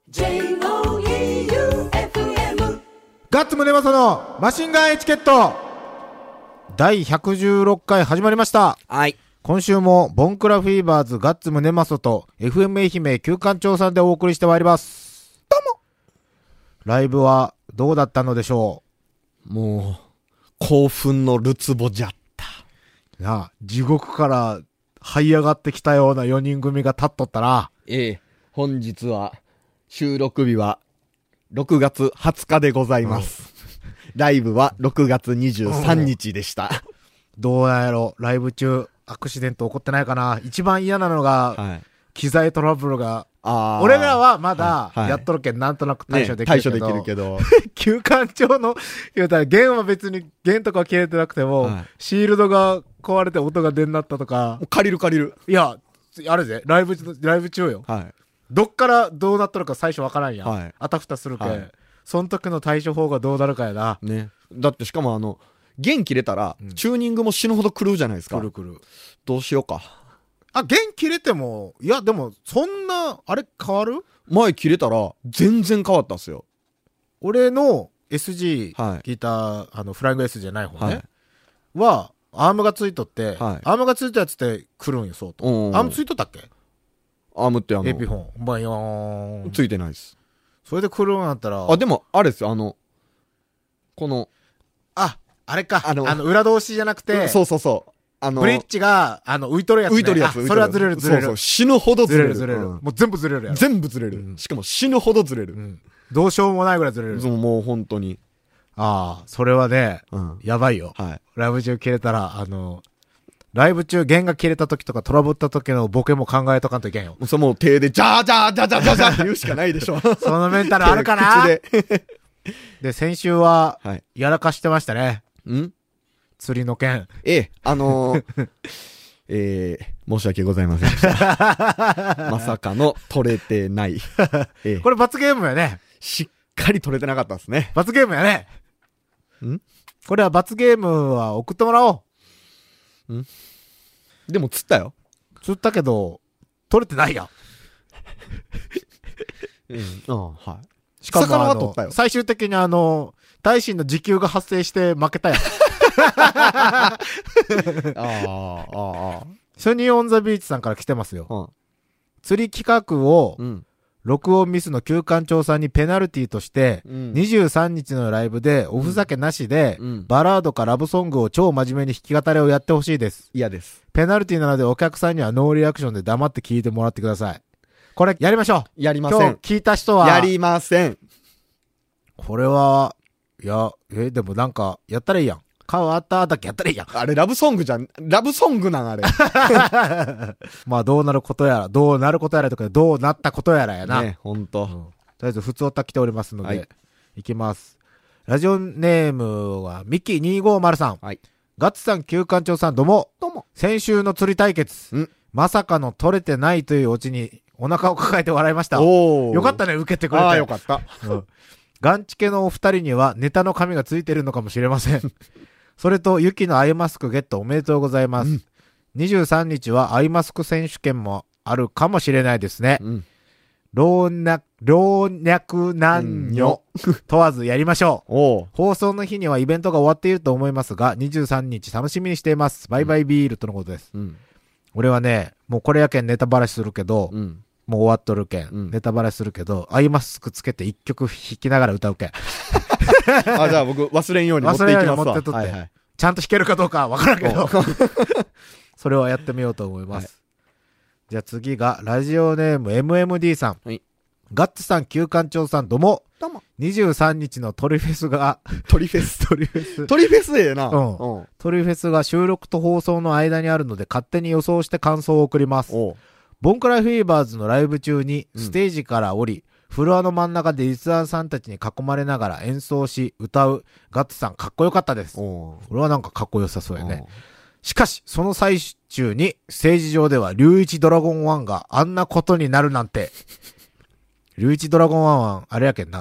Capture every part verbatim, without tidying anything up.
ジェイオーイーユーエフエムガッツムネマソのマシンガンエチケットだいひゃくじゅうろっかい始まりました。 はい。 今週もボンクラフィーバーズガッツムネマソと エフエム 愛媛旧館長さんでお送りしてまいります。 どうも。 ライブはどうだったのでしょう。もう興奮のるつぼじゃった。 なあ、地獄から這い上がってきたようなよにん組が立っとったな。 ええ、本日は収録日はろくがつはつかでございます。うん、ライブはろくがつにじゅうさんにちでした。 どうなんやろ、ライブ中アクシデント起こってないかな。一番嫌なのが、はい、機材トラブルが。あ俺らはまだやっとるけん、はいはい、なんとなく対処できるけど。ね、 対処できるけど。 旧館長の、言うたら弦は別に弦とか切れてなくても、はい、シールドが壊れて音が出んなったとか。 借りる借りる。 いや、あれぜ、ライブ、ライブ中よ。 はい。 どっからどうなっとるか最初わからんやん。 はい。 あたふたするけ、はい、その時の対処法がどうなるかやな。 ね。だってしかもあの、弦切れたら、うん、チューニングも死ぬほど狂うじゃないですか。 くるくる。 どうしようか。 あ、弦切れても、いやでも、そんな、あれ変わる？ 前切れたら、全然変わったんすよ。 俺の エスジー、ギター、はい、あの、フライング S じゃない方ね。はい、は、アームがついとって、はい、アームがついたやつって来るんよ、そうと。アームついとったっけ？ アームってあの、 エピフォン。バヨーン。 ついてないです。 それで来るんやったら。 あ、でも、あれですよ、あの、この、 あ、あれか。あの、あの裏通しじゃなくて、うん、 そうそうそう。あの、 ブリッジが、あの、浮いとるやつ、ね。 浮いとるやつ。 それはずれるずれる。 そうそう。死ぬほどずれる。 ずれるずれる。うん、もう全部ずれるやろ。 全部ずれる、うん。しかも死ぬほどずれる。うん、 どうしようもないぐらいずれる。 そう、もう本当に。 ああ、それはね、うん、やばいよ。はい。ライブ中切れたら、あの、ライブ中弦が切れた時とかトラブった時のボケも考えとかんといけんよ。 そのもう手で、ジャージャージャージャージャージャーって言うしかないでしょ。 そのメンタルあるかな？口で。で、先週は、やらかしてましたね。 ん？ 釣りの件。 ええ、あのー、えー、申し訳ございませんでした。まさかの取れてない。 ええ、これ罰ゲームやね。 しっかり取れてなかったですね。 罰ゲームやね。 ん？ これは罰ゲームは送ってもらおう。ん？でも釣ったよ。 釣ったけど、取れてないやん。 うん。ああ、はい。 しかも魚は取ったよ。 最終的にあの、大臣の時給が発生して負けたやん。 ああ、ああ。 ソニーオンザビーチさんから来てますよ。うん、釣り企画を、うん、録音ミスの旧館長さんにペナルティとして、うん、にじゅうさんにちのライブでおふざけなしで、うん、バラードかラブソングを超真面目に弾き語りをやってほしいです。 嫌です。 ペナルティなのでお客さんにはノーリアクションで黙って聞いてもらってください。これやりましょう。 やりません。 今日聞いた人は。 やりません。 これは、いや、え、でもなんか、やったらいいやん。変わっただけやったらいいやん。 あれラブソングじゃん、ラブソングなんあれ。 まあどうなることやら、どうなることやらとか、どうなったことやらやな。 ね、ほんと。うん、 とりあえず、普通おた来ておりますので、はい、いきます。ラジオネームは、ミッキーにひゃくごじゅうさん。はい。ガッツさん、旧館長さん、どうも。 どうも。 先週の釣り対決。んまさかの取れてないというオチに、お腹を抱えて笑いました。おー。よかったね、受けてくれて。 ああ、よかった。 うん。ガンチケのお二人にはネタの紙がついてるのかもしれません。それと、ユキのアイマスクゲットおめでとうございます。うん、にじゅうさんにちはアイマスク選手権もあるかもしれないですね。うん、老若、老若男女問わずやりましょう。おう放送の日にはイベントが終わっていると思いますが、にじゅうさんにち楽しみにしています。バイバイビールとのことです。うん、俺はね、もうこれやけんネタバラシするけど、うんもう終わっとるけん、うん、ネタバラするけど、アイマスクつけて一曲弾きながら歌うけん。 あ、じゃあ僕忘れんように持っていきますわ。忘れんように持ってとって、はいはい。 ちゃんと弾けるかどうかわからんけど。それはやってみようと思います。はい、じゃあ次が、ラジオネーム エムエムディー さん。はい、ガッツさん、旧館長さん、どうも。 どうも。 にじゅうさんにちのトリフェスが、 トリフェストリフェス。 トリフェスええな。 うん。うん、トリフェスが収録と放送の間にあるので、勝手に予想して感想を送ります。おうボンクラフィーバーズのライブ中にステージから降り、うん、フロアの真ん中でリスナーさんたちに囲まれながら演奏し、歌うガッツさんかっこよかったです。これはなんかかっこよさそうやね。しかし、その最中にステージ上では龍一ドラゴンワンがあんなことになるなんて。龍一ドラゴンワンはあれやけんな。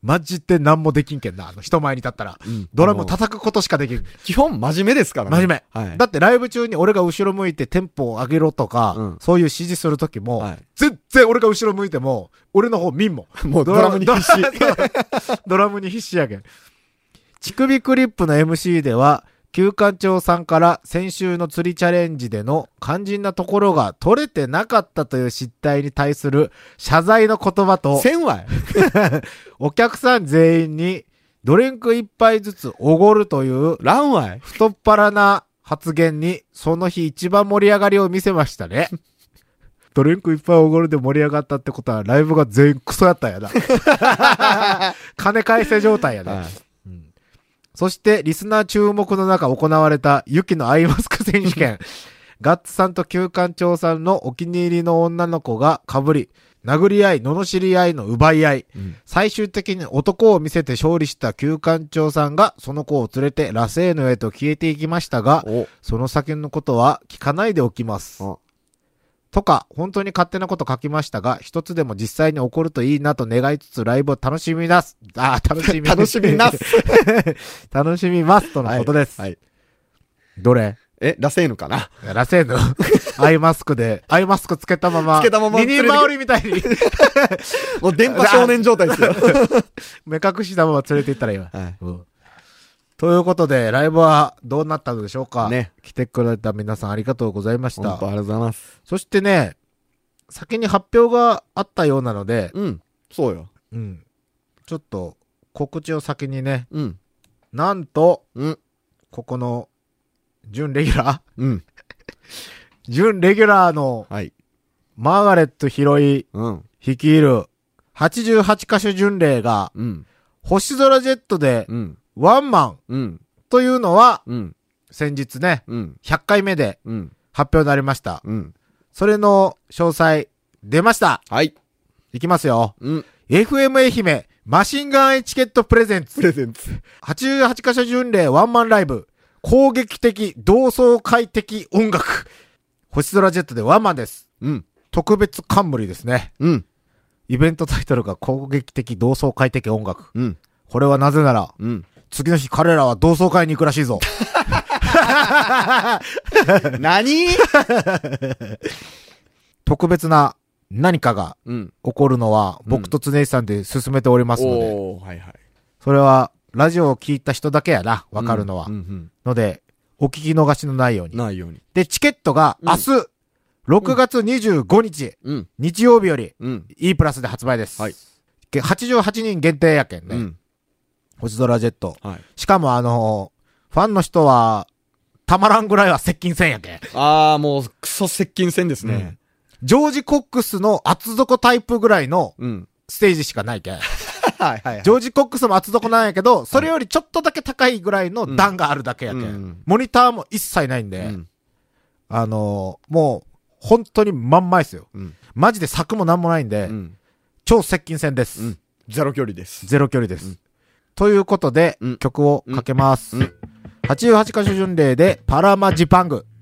マジで何もできんけんな、あの人前に立ったら。 うんドラム叩くことしかできん。 基本真面目ですからね。 真面目。 はい。 だってライブ中に俺が後ろ向いてテンポを上げろとか、 うんそういう指示するときも、 はい全然俺が後ろ向いても、俺の方見んもん。 もうドラムに必死。 ドラムに必死やけん。乳首クリップの エムシー では、旧館長さんから先週の釣りチャレンジでの肝心なところが取れてなかったという失態に対する謝罪の言葉と、 せんわい。 お客さん全員にドリンク一杯ずつおごるというランワイ。 太っ腹な発言にその日一番盛り上がりを見せましたね。ドリンクいっぱいおごるで盛り上がったってことはライブが全員クソやったんやな。金返せ状態やね。 はいそして、リスナー注目の中行われた、ユキのアイマスク選手権。ガッツさんと旧館長さんのお気に入りの女の子が被り、殴り合い、罵り合いの奪い合い。 うん最終的に男を見せて勝利した旧館長さんが、その子を連れてラセーヌへと消えていきましたが、 お。 その先のことは聞かないでおきます。 あとか、本当に勝手なこと書きましたが、一つでも実際に起こるといいなと願いつつライブを楽しみます。あー、楽しみ。 楽しみます。 楽しみます。とのことです。 はい。 どれえ、ラセーヌかな。 ラセーヌアイマスクで、アイマスクつけたまま、 つけたままミニマウリみたいに、 もう電波少年状態ですよ。 目隠したまま連れて行ったらいいわ。 はい。 うんということで、ライブはどうなったのでしょうかね。 来てくれた皆さんありがとうございました本当。ありがとうございます。 そしてね、先に発表があったようなので、 うん。そうよ。 うん。ちょっと、告知を先にね、 うん。 なんと、 うん。 ここの、準レギュラーうん。 準レギュラーの、 はい。 マーガレットヒロイうん。 率いる、はちじゅうはちカ所巡礼が、 うん。 星空ジェットで、 うん。 ワンマンうん。 というのは、 うん。 先日ね、 うん。 ひゃっかいめでうん。 発表になりました。 うん。 それの詳細、出ました。 はい。 いきますよ。 うん。 エフエム 愛媛、マシンガンエチケットプレゼンツプ。レゼンツ。 はちじゅうはちカ所巡礼ワンマンライブ。攻撃的、同窓会的音楽。星空ジェットでワンマンです。 うん。 特別冠ですね。 うん。 イベントタイトルが攻撃的、同窓会的音楽。 うん。 これはなぜなら、 うん。 次の日彼らは同窓会に行くらしいぞ。 何特別な何かがうん。 起こるのは、 うん僕と常井さんで進めておりますので、 おー、はいはい。 それは、ラジオを聞いた人だけやな、わかるのは。 うんうんので、お聞き逃しのないよううん。 に。 ないように。 で、チケットが明日、ろくがつにじゅうごにち、 うん。 日曜日より、 うん。 E プラスで発売です。 はい。 けはちじゅうはちにん限定やけんね。 うん。 星空ジェット。 はい。 しかもあのーファンの人は、たまらんぐらいは接近戦やけん。 あー、もう、クソ接近戦ですね。 ジョージ・コックスの厚底タイプぐらいのうん。 ステージしかないけん。 はいはいジョージ・コックスも厚底なんやけど、それよりちょっとだけ高いぐらいの段があるだけやけん。 うんモニターも一切ないんで、 うん。 あのーもう、本当に真ん前ですよ。 うん。 マジで柵もなんもないんで、 うん。 超接近戦です。 うん。ゼロ距離です。 ゼロ距離です。 うんということで、 うん曲をかけます。 うんはちじゅうはちカ所巡礼で、パラマジパング。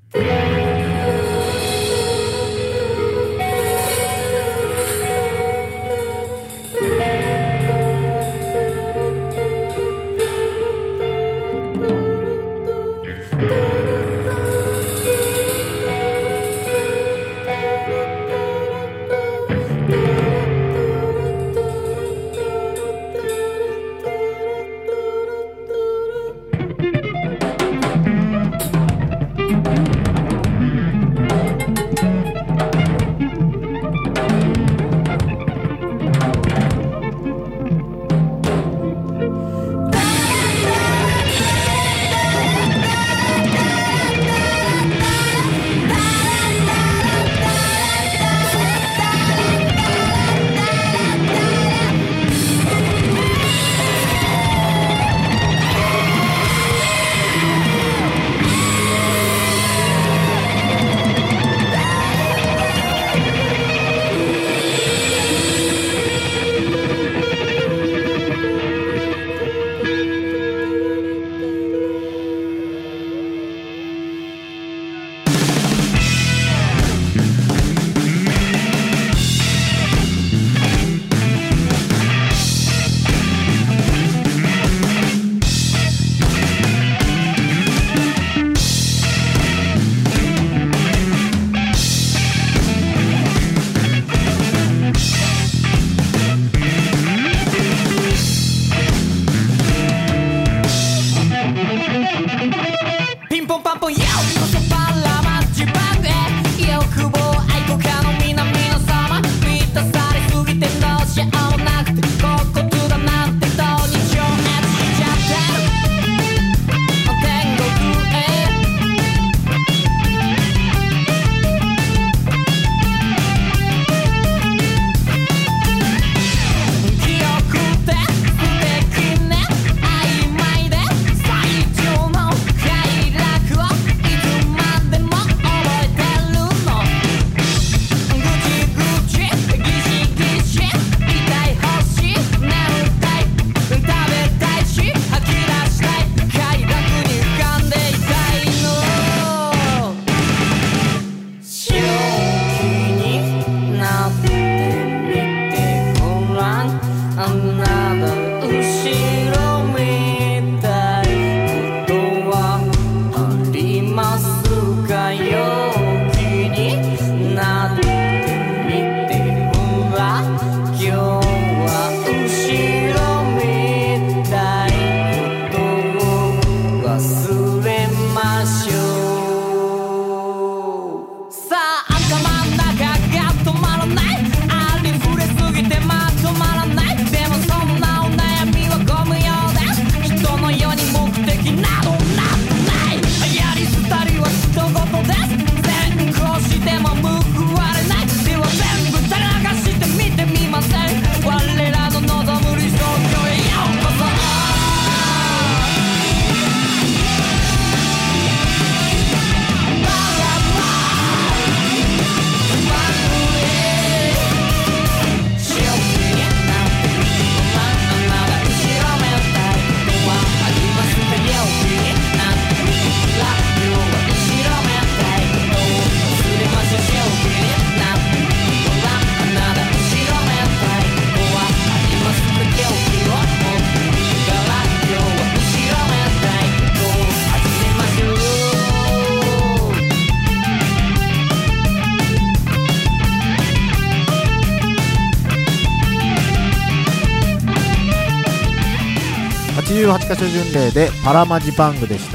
はちじゅうはち箇所巡礼でパラマジパングでした。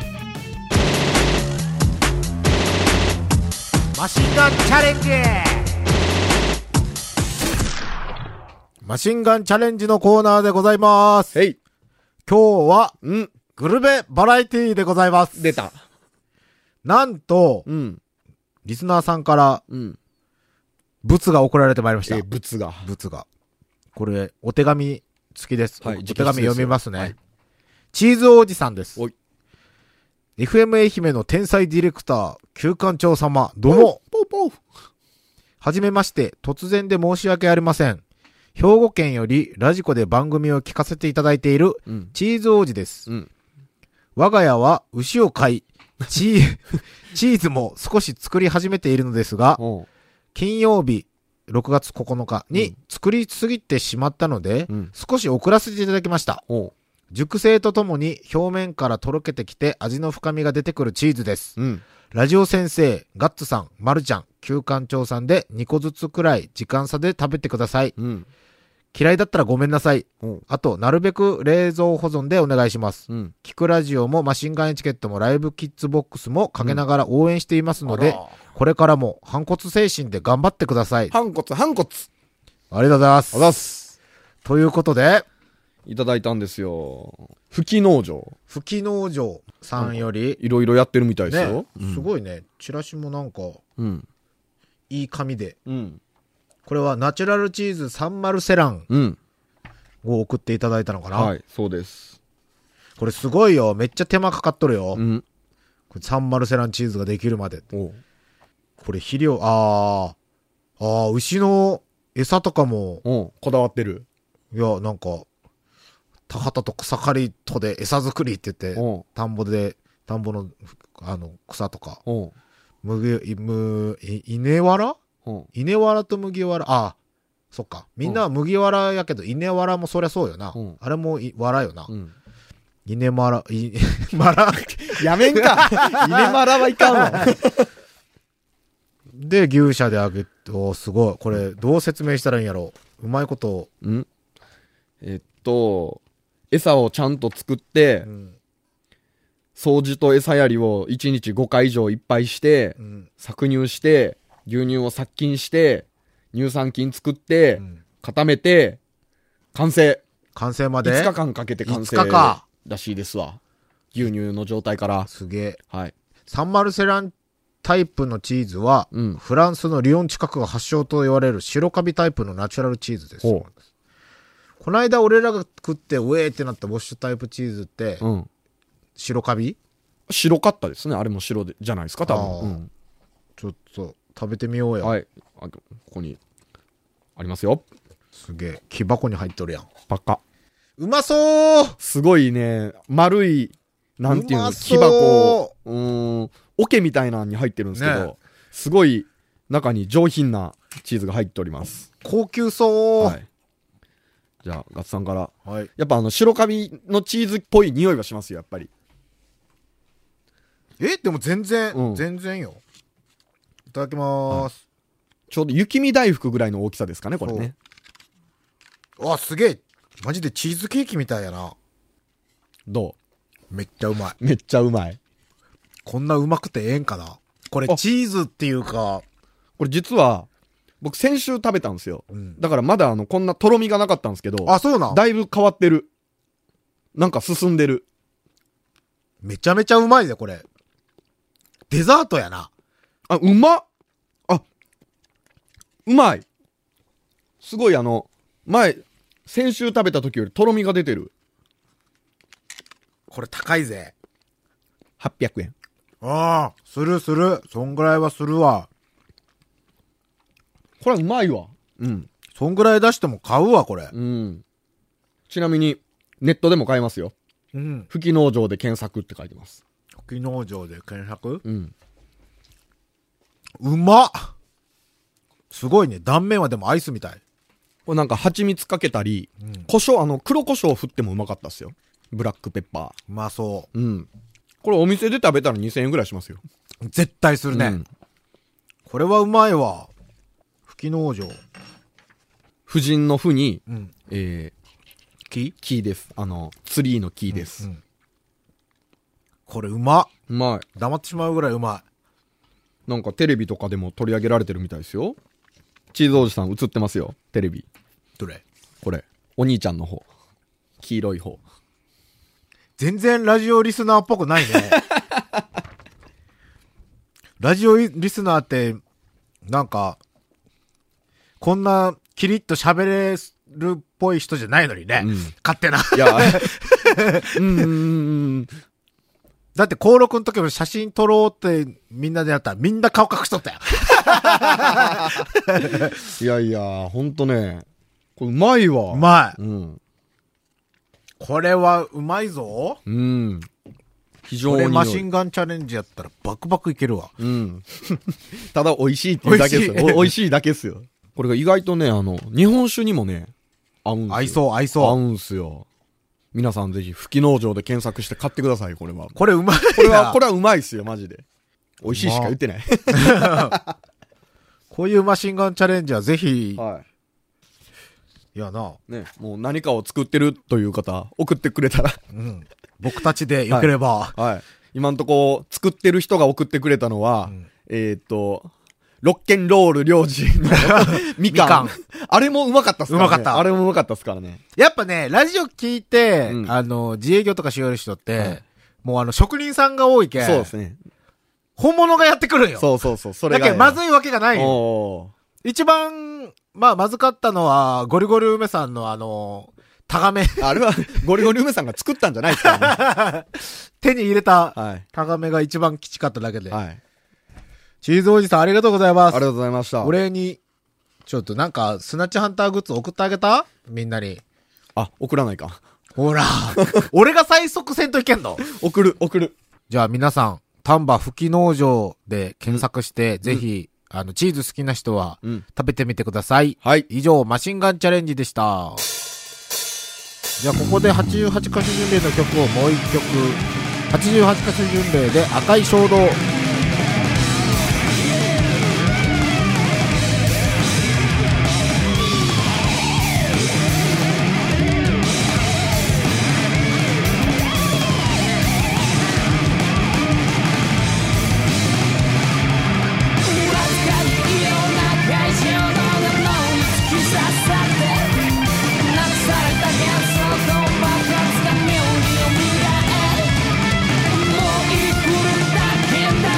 マシンガンチャレンジマシンガンチャレンジのコーナーでございます。 へい。 今日は、 んグルメバラエティでございます。 出た。 なんと、 うん。 リスナーさんから、 うん。 物が送られてまいりました。 え、物が。 物が。これ、お手紙付きです。 はい、 お手紙読みますね。 はい、 チーズおじさんです。 おい。 エフエム 愛媛の天才ディレクター、旧館長様、どうも。 ポーポー。 はじめまして、突然で申し訳ありません。兵庫県よりラジコで番組を聞かせていただいている、うん、チーズ王子です、うん。我が家は牛を飼い、チー、チーズも少し作り始めているのですが、金曜日、ろくがつここのかに作りすぎてしまったので、うん、少し遅らせていただきました。熟成とともに表面からとろけてきて味の深みが出てくるチーズです。うん、ラジオ先生、ガッツさん、マルちゃん、旧館長さんでにこずつくらい時間差で食べてください。うん、嫌いだったらごめんなさい。うん、あと、なるべく冷蔵保存でお願いします。うん、聞くラジオもマシンガンエチケットもライブキッズボックスもかけながら応援していますので、うん、これからも反骨精神で頑張ってください。 反骨、反骨。 ありがとうございます。 ありがとうございます。 ということで、 いただいたんですよ。ふき農場。 ふき農場さんより。 いろいろやってるみたいですよ。 ね、すごいね。チラシもなんか、うん、いい紙で。うん、これはナチュラルチーズサンマルセランを送っていただいたのかな、うん、 はい、そうです。 これすごいよ。めっちゃ手間かかっとるよ。うん、これサンマルセランチーズができるまで。おこれ肥料、あー、あー、牛の餌とかも。 こだわってる。 いや、なんか、田畑と草刈りとで餌作りって言って、田んぼで、田んぼの、あの、草とか、麦、む、稲わら稲わらと麦わら、あ、そっか。みんなは麦わらやけど、稲わらもそりゃそうよな。あれもわらよな。稲わら、稲わら。 やめんか稲わらはいかんわ。 で、牛舎であげて、おすごい。これ、どう説明したらいいんやろう。うまいこと。 んえっと、餌をちゃんと作って、うん、掃除と餌やりをいちにちごかい以上いっぱいして、うん、搾乳して、牛乳を殺菌して、乳酸菌作って、うん、固めて、完成。 完成までいつかかんかけて完成らしいですわ。牛乳の状態から。 すげえ。 はい。 サンマルセランタイプのチーズは、うん、フランスのリヨン近くが発祥と言われる白カビタイプのナチュラルチーズです。この間俺らが食ってウェーってなったウォッシュタイプチーズって、うん、白カビ白かったですね。あれも白でじゃないですか多分、うん、 ちょっと食べてみようよ。 はい、あここにありますよ。 すげえ木箱に入っとるやん。 パカうまそう。 すごいね丸いなんていうの木箱うーん桶みたいなのに入ってるんですけど、ね、すごい中に上品なチーズが入っております。 高級そう、はい、 じゃあガッツさんから。 はい。 やっぱあの白カビのチーズっぽい匂いがしますよやっぱり。 え、でも全然、 うん全然よ。いただきまーす。 ちょうど雪見大福ぐらいの大きさですかねこれね。 わ、すげえ。マジでチーズケーキみたいやな。 どめっちゃうまい。 う？めっちゃうまい。 こんなうまくてええんかな。これあチーズっていうか、 これ実は僕先週食べたんですよ。 うんだからまだあのこんなとろみがなかったんですけど、 あ、そうなん。 だいぶ変わってる。なんか進んでる。 めちゃめちゃうまいぜ、これ。デザートやな。 あ、うまっ。あ、うまい。すごいあの、前、先週食べた時よりとろみが出てる。 これ高いぜ。 はっぴゃくえん。 ああ、するする。そんぐらいはするわ。 これはうまいわ。うん。 そんぐらい出しても買うわ、これ。 うん。ちなみに、ネットでも買えますよ。 うん。 吹き農場で検索って書いてます。 吹き農場で検索うん。 うまっ。すごいね。断面はでもアイスみたい。 これなんか蜂蜜かけたり、 うん。 胡椒、あの、黒胡椒振ってもうまかったっすよ。ブラックペッパうまそー。うん。これお店で食べたらにせんえんぐらいしますよ。 う。絶対するね。 うんこれはうまいわ。吹き農場。 婦人の婦に、 うん。 え木ー、木です。あの、ツリーの木です。 うん。これうまっ。 うまい。 黙ってしまうぐらいうまなんかテレビとかでも取り上げられてるみたいですよ。チーズおじさん映ってますよ。テレビ。 い。どれこれ。お兄ちゃんの方。黄色い方。 全然ラジオリスナーっぽくないね。ラジオリスナーって、なんか、こんなキリッと喋れるっぽい人じゃないのにね。 うん勝手な。 いや、うんうんうん。 だって、登録の時も写真撮ろうってみんなでやったらみんな顔隠しとったよ。 いやいや、ほんとね。これうまいわ。 うまい。 うん。 これはうまいぞ。 うん。非常これに良い。 マシンガンチャレンジやったらバクバクいけるわ。 うん。ただ美味しいっていうだけですよ。 美味しいお美味しいだけですよ。これが意外とね、あの、日本酒にもね、合うんですよ。 合いそう、合い合そう。 うんすよ。皆さんぜひ、吹き農場で検索して買ってください、これは。 これうまいな。 これは、これはうまいっすよ、マジで。美味しいしか言ってない。 こういうマシンガンチャレンジはぜひ、 はいやな。 い。ね、もう何かを作ってるという方、送ってくれたら。 うん。僕たちでよければ。 はい。今んとこ、作ってる人が送ってくれたのは、 うんえーっと、ロッケンロール領事のみかん。 みかんあれもうまかったっすからね。 うまかったあれもうまかったっすからね。 やっぱね、ラジオ聞いて、 うんあの、自営業とかしよる人って、 はいもうあの、職人さんが多いけん、 そうですね。 本物がやってくるんよ。 そうそうそう。それが。 だけど、まずいわけがないよ。 おー一番、まあ、まずかったのは、ゴリゴリ梅さんのあの、タガメ、 あれは、ゴリゴリ梅さんが作ったんじゃないですからね。 手に入れたはい。 タガメが一番きちかっただけで。 はい。 チーズおじさんありがとうございます。 ありがとうございました。 お礼に、ちょっとなんか、スナッチハンターグッズ送ってあげたみんなに。 あ、送らないか。 ほら、俺が最速せんといけんの。 送る、送る。 じゃあ皆さん、丹波吹き農場で検索して、ぜひ、あの、チーズ好きな人は、 うん。 食べてみてください。 はい。 以上、マシンガンチャレンジでした。じゃあ、ここではちじゅうはちか所巡礼の曲をもう一曲。はちじゅうはちか所巡礼で赤い衝動。 もういくらだけだ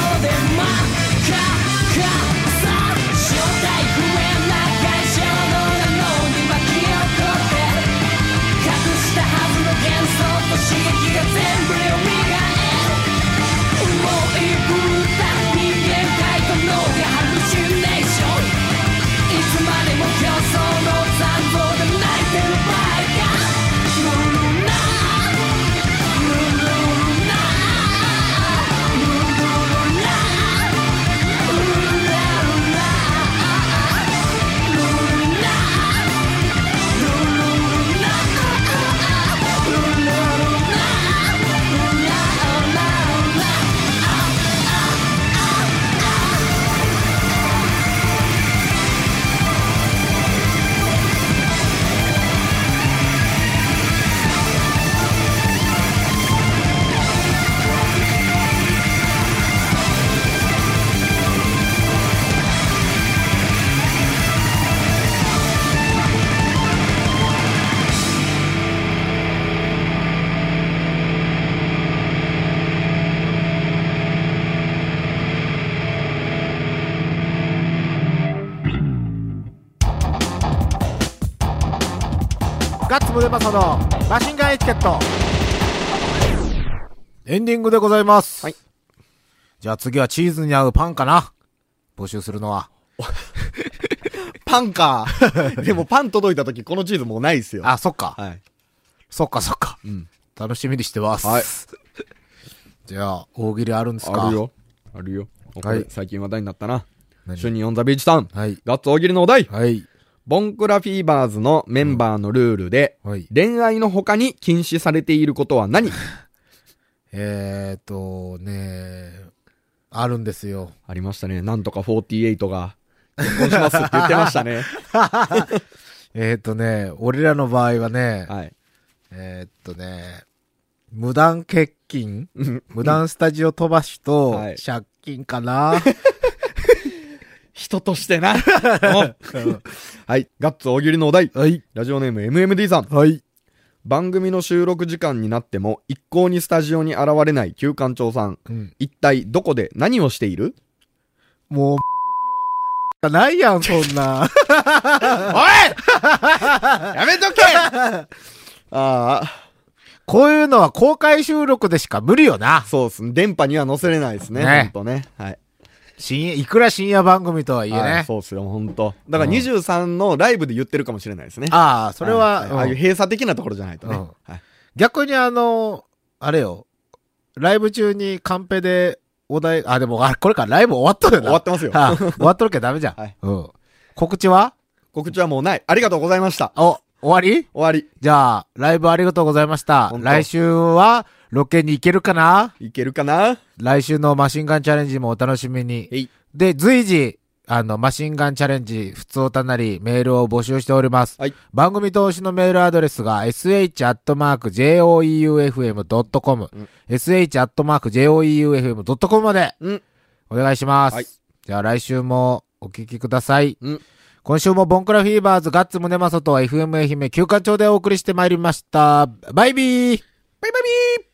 で真っ赤かさ正体不明な会社のなのに巻き起こって隠したはずの幻想と刺激が全部蘇る思いぶった人間界と脳がハルシネーションいつまでも競争の残像で泣いてる場合かルルナルルナルルナルルナルルナガッツムデマソのマシンガンエチケットエンディングでございます。 はい。 じゃあ次はチーズに合うパンかな募集するのは。 パンか。でもパン届いた時このチーズもうないですよ。 あ、そっか。 はい。 そっかそっか。 うん。 楽しみにしてます。 はい。 じゃあ、大喜利あるんですか？ あるよ。あるよ。 はいこれ最近話題になったな。 何主任オンザビーチさん。 はい。 ガッツ大喜利のお題。 はい。 ボンクラフィーバーズのメンバーのルールで、 はい。 恋愛の他に禁止されていることは何？ えーとね、あるんですよ。 ありましたね。なんとかよんじゅうはちが結婚しますって言ってましたね。 えーとね、俺らの場合はね、 はい。 えーっとね、無断欠勤無断スタジオ飛ばしとはい借金かな。 人としてな。はい。ガッツ大喜利のお題。 はい。 ラジオネーム エムエムディー さん。 はい。 番組の収録時間になっても一向にスタジオに現れない旧館長さん。 うん。 一体どこで何をしている？ もう、しかないやん、そんな。 おいやめとけああ、 こういうのは公開収録でしか無理よな。 そうっすね。電波には載せれないですね。 ねほんとね。はい。 深夜、いくら深夜番組とはいえはいね。 そうっすよ、ほんと。だからうんにじゅうさんのライブで言ってるかもしれないですね。 ああ、それは、 いいうんああいう閉鎖的なところじゃないとね。 うんはい。 逆にあの、あれよ。ライブ中にカンペでお題、あ、でも、あ、これからライブ終わっとるよな。 終わってますよ。 あ終わっとるけどダメじゃん。 はいうん。告知は告知はもうない。ありがとうございました。 お、終わり終わり。 じゃあ、ライブありがとうございましたほ。んと来週は、ロケに行けるかないけるかな？ 来週のマシンガンチャレンジもお楽しみに。 えい。 で、随時、あの、マシンガンチャレンジ、普通おたなり、メールを募集しております。 はい。 番組投資のメールアドレスが、エスエイチアットマークジェイオーイーユーエフエムドットコム、 うんエスエイチアットマークジェイオーイーユーエフエムドットコム まで、 うん。 お願いします。 はいじゃあ来週もお聞きください。 うん。 今週もボンクラフィーバーズガッツムネマソと エフエム 愛媛休館長でお送りしてまいりました。バイビーバイバイビー